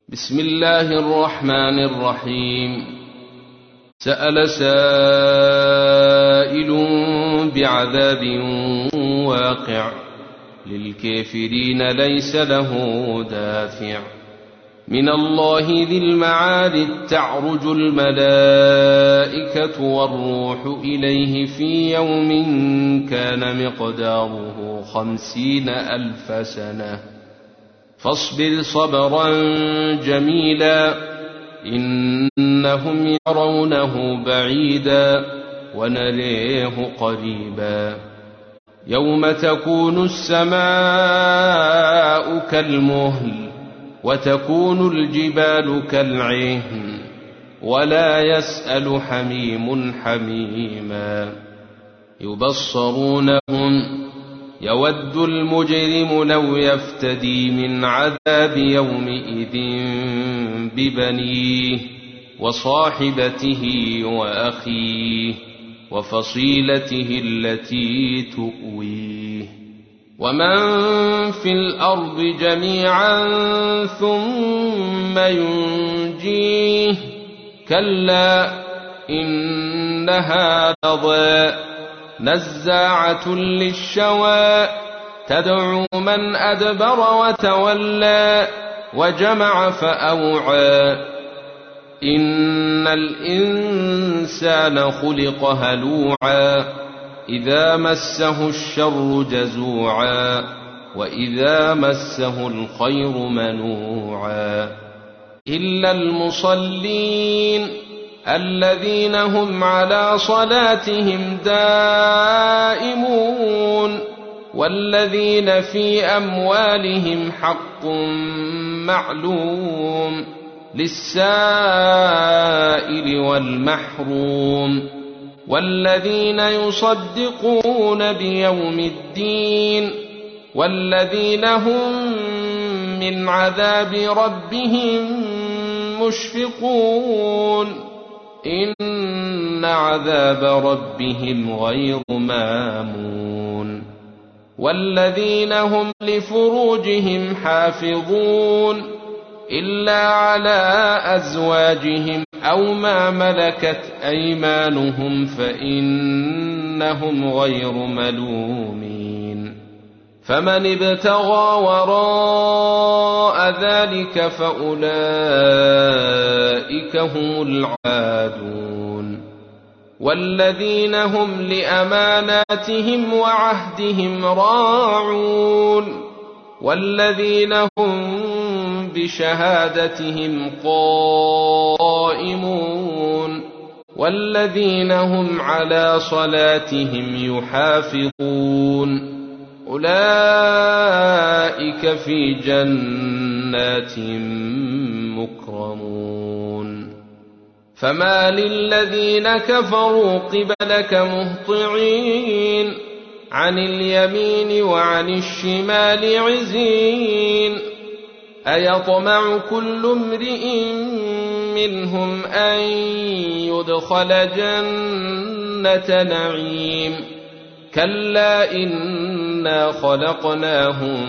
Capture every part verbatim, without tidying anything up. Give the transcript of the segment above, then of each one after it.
بسم الله الرحمن الرحيم. سأل سائل بعذاب واقع للكافرين ليس له دافع من الله ذي المعارج تعرج الملائكة والروح إليه في يوم كان مقداره خمسين ألف سنة فاصبر صبرا جميلا إنهم يرونه بعيدا ونريه قريبا يوم تكون السماء كالمهل وتكون الجبال كالعهن ولا يسأل حميم حميما يبصرونهم يود المجرم لو يفتدي من عذاب يومئذ ببنيه وصاحبته وأخيه وفصيلته التي تؤويه ومن في الأرض جميعا ثم ينجيه كلا إنها لظى نزاعة للشوى تدعو من أدبر وتولى وجمع فأوعى إن الإنسان خلق هلوعا إذا مسه الشر جزوعا وإذا مسه الخير منوعا إلا المصلين الذين هم على صلاتهم دائمون والذين في أموالهم حق معلوم للسائل والمحروم والذين يصدقون بيوم الدين والذين هم من عذاب ربهم مشفقون إن عذاب ربهم غير مامون والذين هم لفروجهم حافظون إلا على أزواجهم أو ما ملكت أيمانهم فإنهم غير ملومين فمن ابتغى وراء ذلك فأولئك هم العادون والذين هم لأماناتهم وعهدهم راعون والذين هم بشهادتهم قائمون والذين هم على صلاتهم يحافظون أولئك في جنات مكرمون فما للذين كفروا قبلك مهطعين عن اليمين وعن الشمال عزين أيطمع كل امرئ منهم أن يدخل جنة نعيم كلا إنا خلقناهم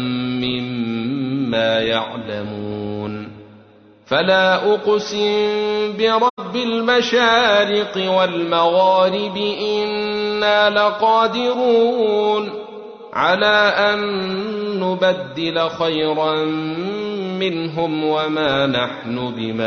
مما يعلمون فلا أقسم برب المشارق والمغارب إنا لقادرون على أن نبدل خيرا منهم وما نحن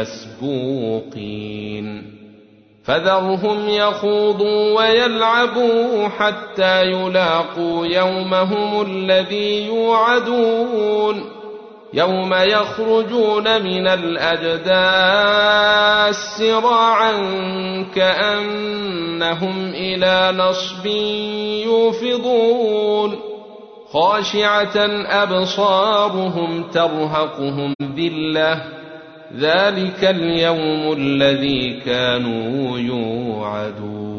بمسبوقين فذرهم يخوضوا ويلعبوا حتى يلاقوا يومهم الذي يوعدون يوم يخرجون من الأجداث سراعا كأنهم إلى نصب يوفضون خاشعة أبصارهم ترهقهم ذلة ذلك اليوم الذي كانوا يوعدون.